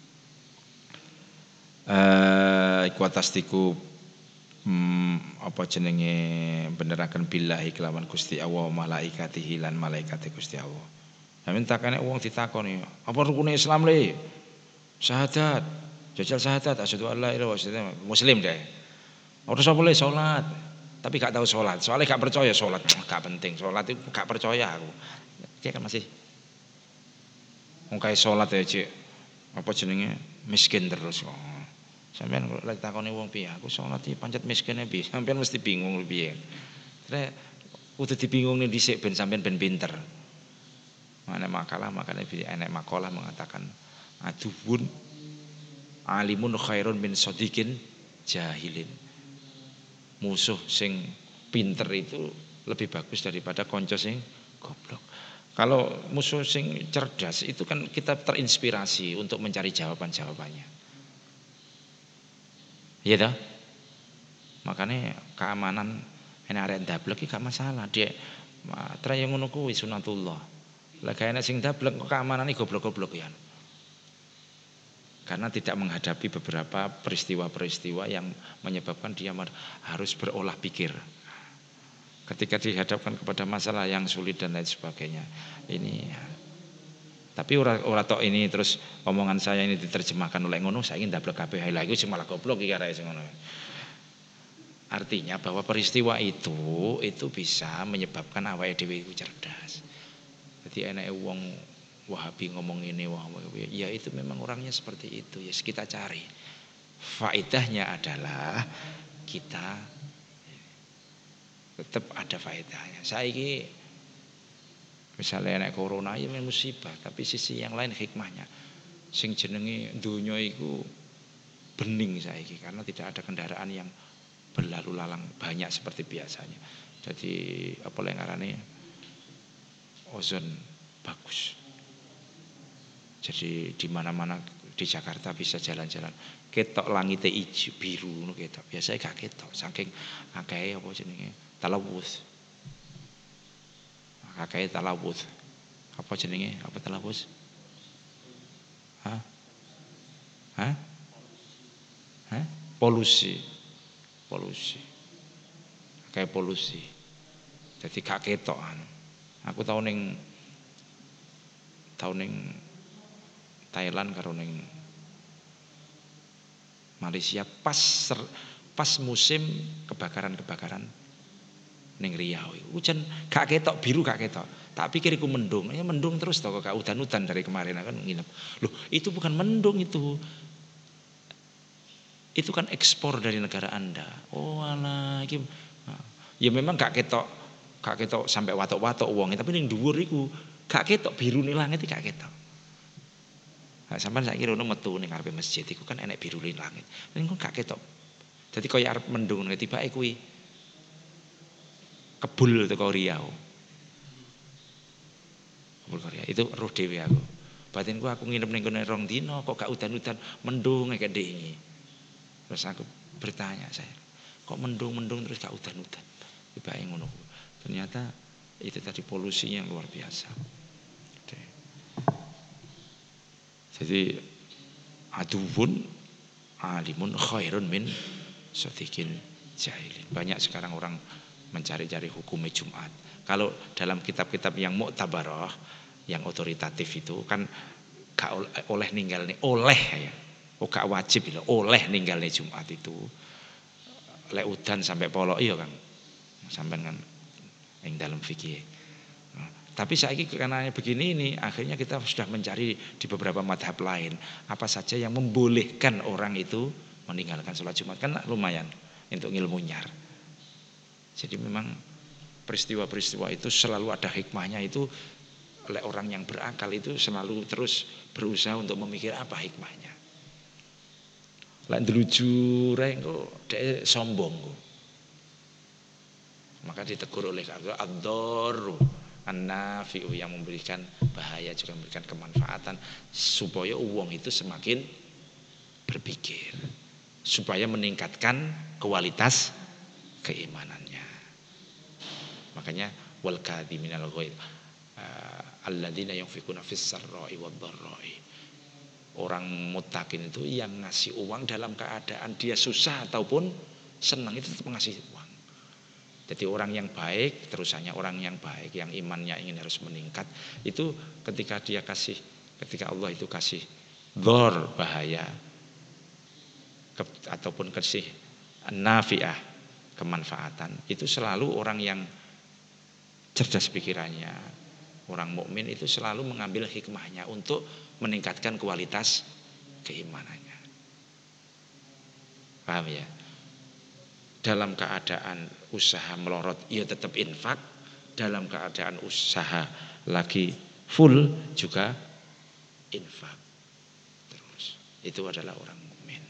Eh, iku tasdiku hmm, apa jenenge beneraken billahi kelawan Gusti Allah malaikatihi lan malaikate Gusti Allah. Sampeyan takane wong ditakoni, apa rukune Islam le? Syahadat. Jajal syahadat asyhadu alla ilaha illallah muslim deh. Ora sapa le salat, tapi gak tahu salat. Soalnya gak percaya salat, gak penting. Salat itu gak percaya aku. Dia kan masih wong kae salat ya, Cik. Apa jenenge? Miskin terus kok. Sampeyan lek takoni wong piye, aku salat iki pancet miskine piye? Sampeyan mesti bingung piye. Terus kudu dibingungne dhisik ben sampeyan ben pinter. Mana makalah makanya enek makalah mengatakan aduun alimun khairun min sodikin jahilin. Musuh sing pinter itu lebih bagus daripada konco sing goblok. Kalau musuh sing cerdas itu kan kita terinspirasi untuk mencari jawaban-jawabannya. Iya dah. Makanya keamanan enek arek ndablek iki gak masalah. Dia traya ngono kuwi sunatullah. Lah gak enek sing ndablek kok keamanane goblok-goblok ya. Karena tidak menghadapi beberapa peristiwa-peristiwa yang menyebabkan dia harus berolah pikir. Ketika dihadapkan kepada masalah yang sulit dan lain sebagainya. Ini tapi ora ora tok ini terus omongan saya ini diterjemahkan oleh ngono saya ingin ndablek kabeh lha iku sing malah goblok iki arek sing ngono. Artinya bahwa peristiwa itu itu bisa menyebabkan awake dhewe iku cerdas. Jadi enake wong Wahabi ngomong ini wah ya itu memang orangnya seperti itu ya kita cari. Faedahnya adalah kita tetap ada faedahnya. Saiki misalnya enek corona ya musibah, tapi sisi yang lain hikmahnya. Sing jenenge donya iku bening saiki karena tidak ada kendaraan yang berlalu lalang banyak seperti biasanya. Jadi apa yang ngarane ozon bagus. Jadi di mana-mana di Jakarta bisa jalan-jalan. Ketok langite ijo biru ngono ketok. Biasanya gak ketok saking akeh apa jenenge talawus. Akeh talawus. Apa jenenge? Apa talawus? Hah? Hah? Hah? Polusi. Polusi. Akeh polusi. Jadi gak ketok anu. Aku tau ning tau ning Thailand karo ning Malaysia pas pas musim kebakaran-kebakaran ning Riau. Hujan gak ketok biru gak ketok. Tak pikir iku mendung. Ya mendung terus to kok gak udan-udan dari kemarin kan nginep. Loh, itu bukan mendung itu. Itu kan ekspor dari negara Anda. Oh alah iki. Ya memang gak ketok gak ketok sampai watok-watok wong, tapi ning dhuwur iku gak ketok biru ning langit iki gak ketok. Nah, sampean saiki rono metu ning ngarepe masjid iku kan enek biru ning langit. Ning kok gak ketok. Dadi kaya arep mendung tibake kuwi kebul teko Riau. Kebul Korea itu roh dhewe aku. Batinku aku nginep ning kene rong dina kok gak udan-udan, mendung kayak ndengi. Terus aku bertanya saya, kok mendung-mendung terus gak udan-udan. Tibake ngono. Ternyata itu tadi polusi yang luar biasa. Jadi aduun alimun khairun min sodikin jahilin. Banyak sekarang orang mencari-cari hukumnya Jumat. Kalau dalam kitab-kitab yang mu'tabarah, yang otoritatif itu kan gak oleh ninggal nih, oleh ya. Oh gak wajib ya, oleh ninggal nih Jumat itu. Lek udan sampai polok iya kan. Sampai kan yang dalam fikih. Tapi saiki karena begini ini akhirnya kita sudah mencari di beberapa madhab lain apa saja yang membolehkan orang itu meninggalkan sholat Jumat, kan lumayan untuk ngilmu nyar. Jadi memang peristiwa-peristiwa itu selalu ada hikmahnya, itu oleh orang yang berakal itu selalu terus berusaha untuk memikir apa hikmahnya. Lek ndeluju rek engko dhek sombong kok. Maka ditegur oleh Allah ad-darru an-nafi'u, yang memberikan bahaya juga memberikan kemanfaatan, supaya uang itu semakin berpikir, supaya meningkatkan kualitas keimanannya. Makanya wal kadhiminal ghaidh alladzina yunfiquna fis sarra'i wad dharra'i. Orang muttaqin itu yang ngasih uang dalam keadaan dia susah ataupun senang, itu tetap ngasih uang. Jadi orang yang baik, terusannya orang yang baik, yang imannya ingin harus meningkat, itu ketika dia kasih, ketika Allah itu kasih dhor, bahaya, ke, ataupun kasih nafi'ah, kemanfaatan, itu selalu orang yang cerdas pikirannya, orang mukmin itu selalu mengambil hikmahnya untuk meningkatkan kualitas keimanannya. Paham ya? Dalam keadaan usaha melorot, ia tetap infak. Dalam keadaan usaha lagi full juga infak. Terus itu adalah orang mukmin.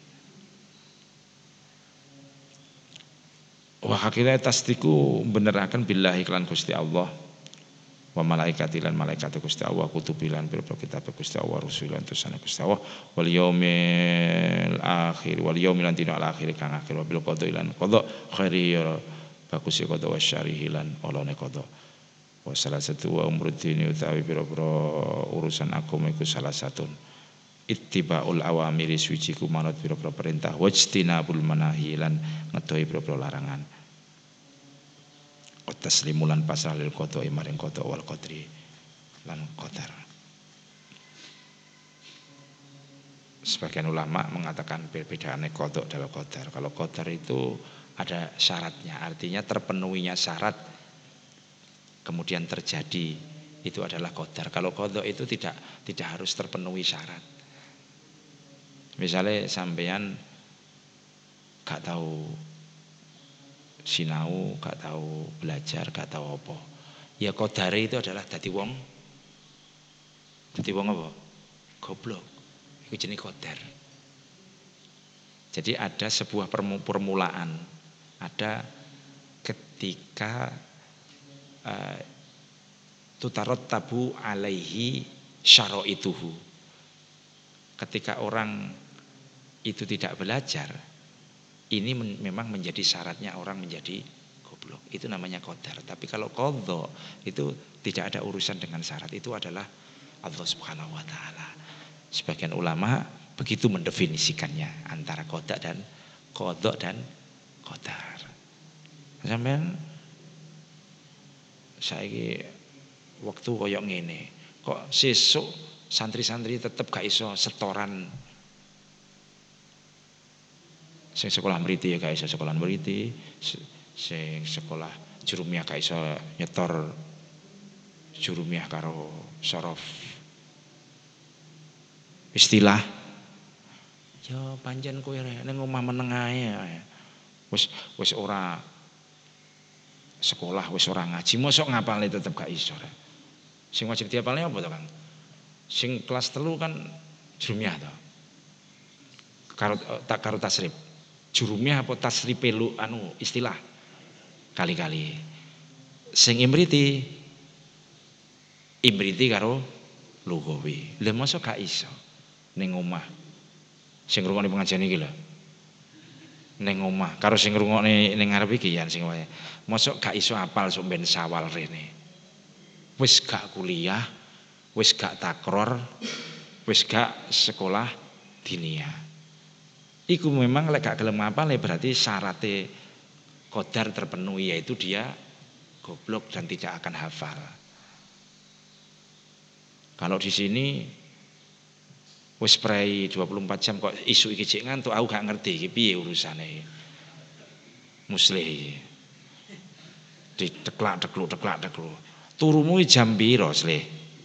Wa hakila tasdiku beneraken billahi kelan Gusti Allah, wa malaikati lan malaikat Gusti Allah, kutubilan pira-pira kitab Gusti Allah, rusulan tusane Gusti Allah, wal yaumil akhir, wal yaumil dina al akhir kang akhir, wa bil qada lan qada khairi bagus qada wa syarihi lan olone qada. Wa salah satu wa umruddin utawi pira-pira urusan agama iku salah satu ittibaul awamiri, suci ku manut pira-pira perintah, wajtinabul manahi lan ngedohi pira-pira larangan. Taslimulan pasalil qada maring qada wal qadri lan qadar. Sebagian ulama mengatakan perbedaannya qada dan qadar. Kalau qadar itu ada syaratnya, artinya terpenuhinya syarat kemudian terjadi, itu adalah qadar. Kalau qada itu tidak tidak harus terpenuhi syarat. Misalnya sampean gak tahu sinau, gak tahu belajar, gak tahu apa, ya qadare itu adalah dadi wong, dadi wong apa? Goblok. Iku jenenge qadar. Jadi ada sebuah permulaan, ada ketika uh, tutarot tabu alaihi syara'ituhu. Ketika orang itu tidak belajar, ini men, memang menjadi syaratnya orang menjadi goblok. Itu namanya qadar. Tapi kalau qadha itu tidak ada urusan dengan syarat, itu adalah Allah Subhanahu wa taala. Sebagian ulama begitu mendefinisikannya antara qada dan qadha dan qadar. Sampeyan saiki waktu koyo ngene, kok sesuk santri-santri tetep gak iso setoran. Sing sekolah mriti ya gak iso sekolah mriti, sing sekolah jurumiyah gak iso nyetor jurumiyah karo sorof istilah. Ya pancen kowe ning omah meneng ae. Wis wis ora sekolah, wis ora ngaji, mosok ngapalne tetep gak iso. Sing wajib diapalne apa to, Kang? Sing kelas telu kan jurumiyah to. Karo tak karo tasrif. Jurumiyah apa tasripe lu anu istilah kali-kali. Sing imriti imriti karo lugawi. Lha mosok gak iso ning omah. Sing ngrungokne pengajian iki lho. Ning omah karo sing ngrungokne ning ngarep iki ya sing wae. Mosok gak iso apal sok ben sawal rene. Wis gak kuliah, wis gak takror, wis gak sekolah diniyah. Iku memang lek gak gelem apal berarti syaratnya qadar terpenuhi, yaitu dia goblok dan tidak akan hafal. Kalau di sini wis prei dua puluh empat jam kok isu iki cek ngantuk, aku gak ngerti iki piye urusane. Muslih. Diteklak tekluk teklak tekluk. Turumu jam piro, Sleh?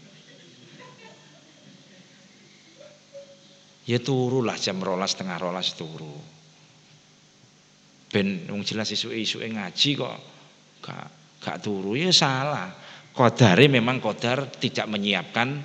Ya turu lah jam rolas setengah rolas turu. Ben wong jelas isu-isuke ngaji kok gak gak turu ya salah. Kodare memang kodar tidak menyiapkan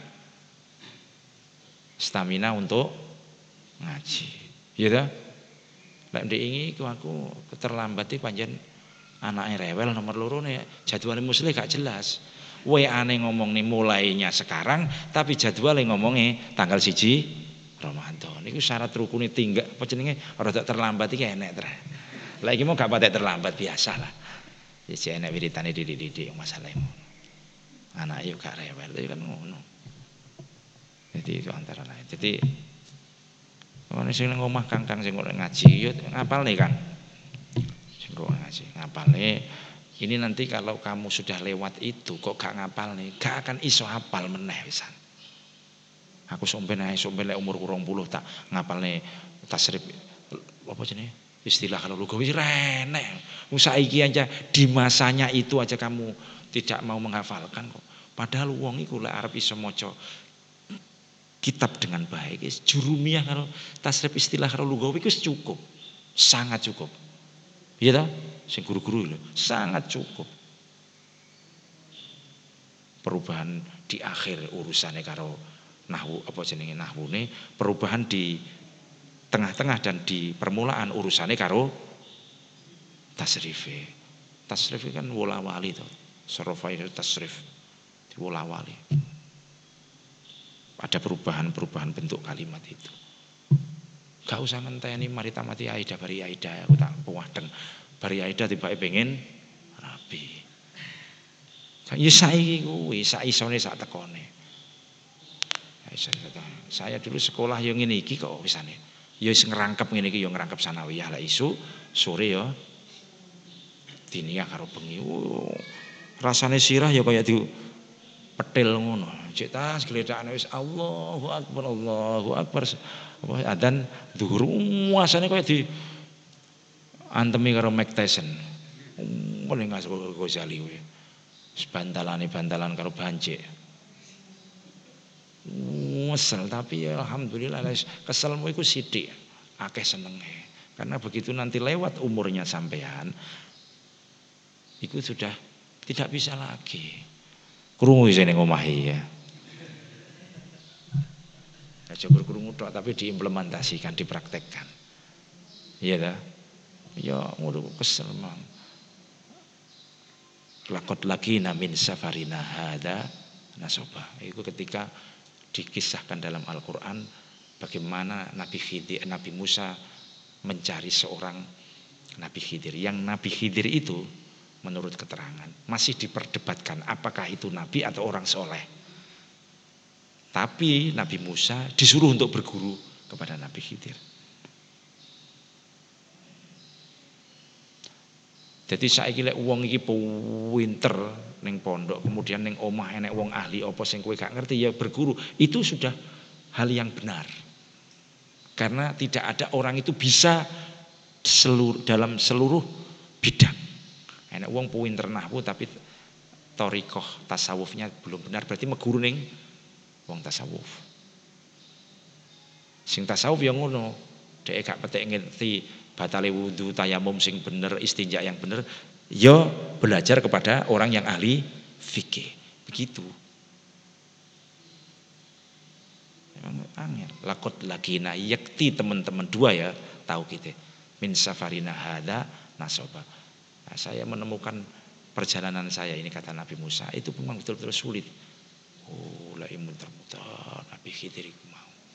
stamina untuk ngaji. Ya ta? Lek ndek iki aku keterlambat iki panjen anake rewel nomor loro nih jadwalnya muslim gak jelas. W A-ne ngomong nih mulainya sekarang tapi jadwalnya ngomongnya tanggal siji Ramadan. Iku syarat rukune tinggal apa jenenge rada terlambat iki enek tra. Lah iki mau gak patek terlambat biasa lah. Iki enek wiritane didik-didik masalahmu. Anak yo gak rewel itu kan ngono. Jadi itu antara lain. Jadi ono sing nang omah Kang-kang sing ngaji yo ngapal nih Kang. Sing ngaji ngapal nih. Ini nanti kalau kamu sudah lewat itu kok gak ngapal nih, gak akan iso hafal meneh pisan. Aku somben ae somben lek umur rong puluh tak ngapalne tasrif apa jenenge? Istilah kalau lugawi renek. Wong saiki aja di masanya itu aja kamu tidak mau menghafalkan kok. Padahal wong iku lek arep iso maca kitab dengan baik, jurumiyah karo tasrif istilah karo lugawi iku cukup. Sangat cukup. Iya ta? Sing guru-guru lho, sangat cukup. Perubahan di akhir urusannya karo nahwu apa jenenge nahwune, perubahan di tengah-tengah dan di permulaan urusannya karo tasrife. Tasrif kan wola wali to. Sorofa itu tasrif di wola wali. Ada perubahan-perubahan bentuk kalimat itu. Gak usah ngenteni mari tamati Aida bari Aida aku tak puwadeng. Bari Aida tibake pengen rabi. Ya saiki kuwi sak isone sak tekone. Saya dulu sekolah yang ngene iki kok wisane. Ya wis ngerangkep ngene iki ya ngerangkep sanawiyah lah isu sore ya diniyah karo bengi. Oh, rasane sirah ya kaya di petil ngono. Cek tas gledakane wis Allahu Akbar Allahu Akbar. Apa adzan zuhur muasane kaya di antemi karo Mike Tyson. Ngene ngas Ghazali kuwi. Bantalane bantalan karo banjik. Kesel tapi ya alhamdulillah keselmu itu sidik akeh senenge karena begitu nanti lewat umurnya sampean itu sudah tidak bisa lagi krungu sing ngomahi ya aja krungu tok tapi diimplementasikan dipraktekkan iya ta ya ngono kesel mang lakot lagi namin safarina hada nasoba itu ketika dikisahkan dalam Al-Quran bagaimana Nabi Khidir, Nabi Musa mencari seorang Nabi Khidir. Yang Nabi Khidir itu menurut keterangan masih diperdebatkan apakah itu Nabi atau orang soleh. Tapi Nabi Musa disuruh untuk berguru kepada Nabi Khidir. Jadi saiki lek wong iki pinter ning pondok kemudian ning omah enek wong ahli apa sing kowe gak ngerti ya berguru itu sudah hal yang benar. Karena tidak ada orang itu bisa seluruh, dalam seluruh bidang. Enek wong pinter nahwu tapi thariqah tasawufnya belum benar berarti meguru ning wong tasawuf. Sing tasawuf ya ngono, dhek gak petek ngerti batale wudu tayamum sing bener istinja yang bener ya belajar kepada orang yang ahli fikih begitu memang angel lakot lagina yakti teman-teman dua ya tahu kita min safarina hada nasoba nah, saya menemukan perjalanan saya ini kata Nabi Musa itu memang betul-betul sulit oh la muter-muter Nabi Khidir mau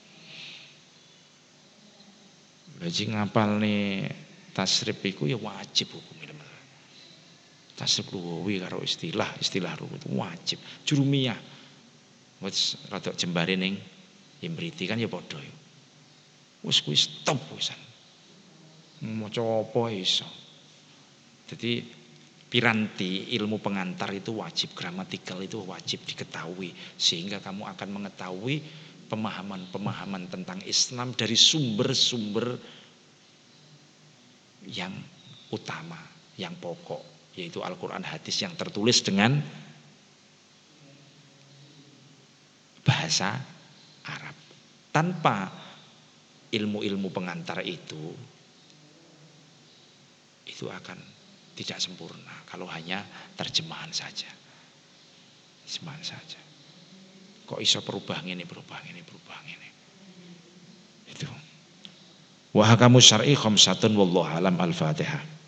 Lagi ngapal nih tasrif iku ya wajib hukum ini. Tasrif luwi karo istilah, istilah ruwet wajib. Jurumiyah. Wis rada jembare ning imriti kan ya padha ya. Wis kuwi stop wisan. Maca apa iso. Jadi piranti ilmu pengantar itu wajib, gramatikal itu wajib diketahui sehingga kamu akan mengetahui pemahaman-pemahaman tentang Islam dari sumber-sumber yang utama, yang pokok, yaitu Al-Quran hadis yang tertulis dengan bahasa Arab. Tanpa ilmu-ilmu pengantar itu, itu akan tidak sempurna kalau hanya terjemahan saja. Terjemahan saja. Kok iso perubahan ini, perubahan ini, perubahan ini. Itu. Wa hakamu syar'i khamsatun wallahu alam. Al-Fatihah.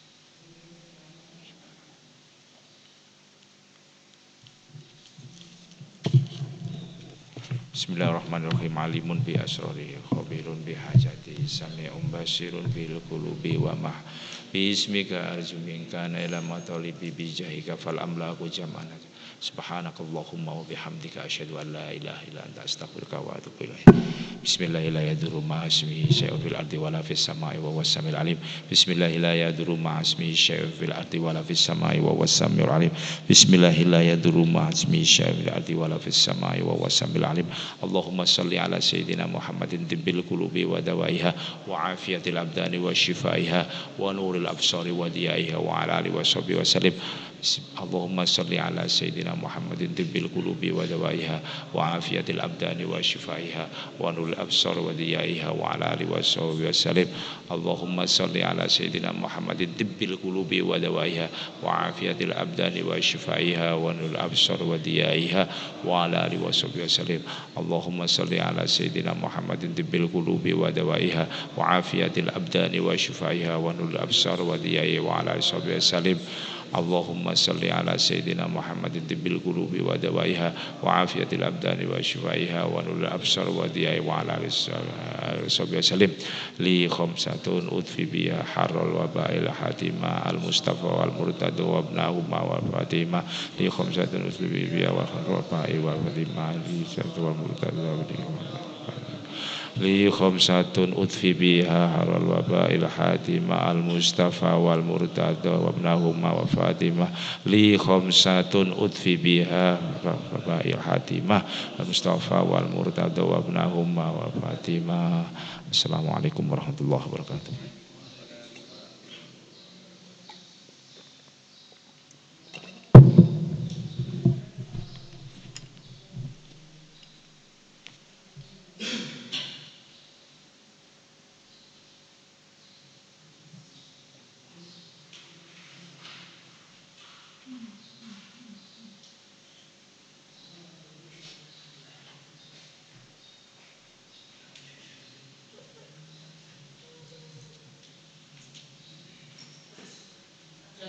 Bismillahirrahmanirrahim. Alimun bi asrari, khabirun bi hajati, sami'un basirun bil qulubi wa mah. Bismika arju minka ila matalibi bi jahika fal amlaku jam'an. Subhanakallahumma wa bihamdika asyhadu an la ilaha illa anta astaghfiruka wa atubu ilaik. Bismillah la yadurru ma ismihi syai'un fil ardi wala fis samai wa huwas samiul alim. Bismillah la yadurru ma ismihi syai'un fil ardi wala fis samai wa huwas samiul alim. Bismillah la yadurru ma ismihi syai'un fil ardi wala fis samai wa huwas samiul alim. Allahumma shalli ala sayyidina Muhammadin tibbil qulubi wa dawaiha wa afiyatil abdani wa shifaiha wa nuril absari wa diyaiha wa ala alihi wa sahbihi wa sallim. Allahumma shalli ala sayyidina Muhammadin tibbil qulubi wa dawaiha wa afiyatil abdani wa shifaiha wa nuril absar wa diyaiha wa ala alihi wa sahbihi wa sallim. Allahumma shalli ala sayyidina Muhammadin tibbil qulubi wa dawaiha wa afiyatil abdani wa shifaiha wa nuril absar wa diyaiha wa ala alihi wa sahbihi wa sallim. Allahumma shalli ala sayyidina Muhammadin tibbil qulubi wa dawaiha wa afiyatil abdani wa shifaiha wa nuril absar wa diyaiha wa ala alihi wa sahbihi wa sallim. Allahumma salli ala sayyidina Muhammadin tibbil qulubi wa dawaiha wa afiyatil abdani wa shifaiha wa nuril absar wa diyai wa ala alihi wasallim. Li khamsatun udfi biya harral wabail hatima al mustafa wal murtad wa ibnahuma wa fatima. Li khamsatun udfi biya wa harral wabail wa fatima li mustafa wal murtad wa ibnahuma li khamsatun udfi biha haral wabail hatima al mustafa wal murtada wa ibnahuma wa fatimah. Li khamsatun udfi biha wabail hatima al mustafa wal murtada wa ibnahuma wa fatimah. Assalamualaikum warahmatullahi wabarakatuh.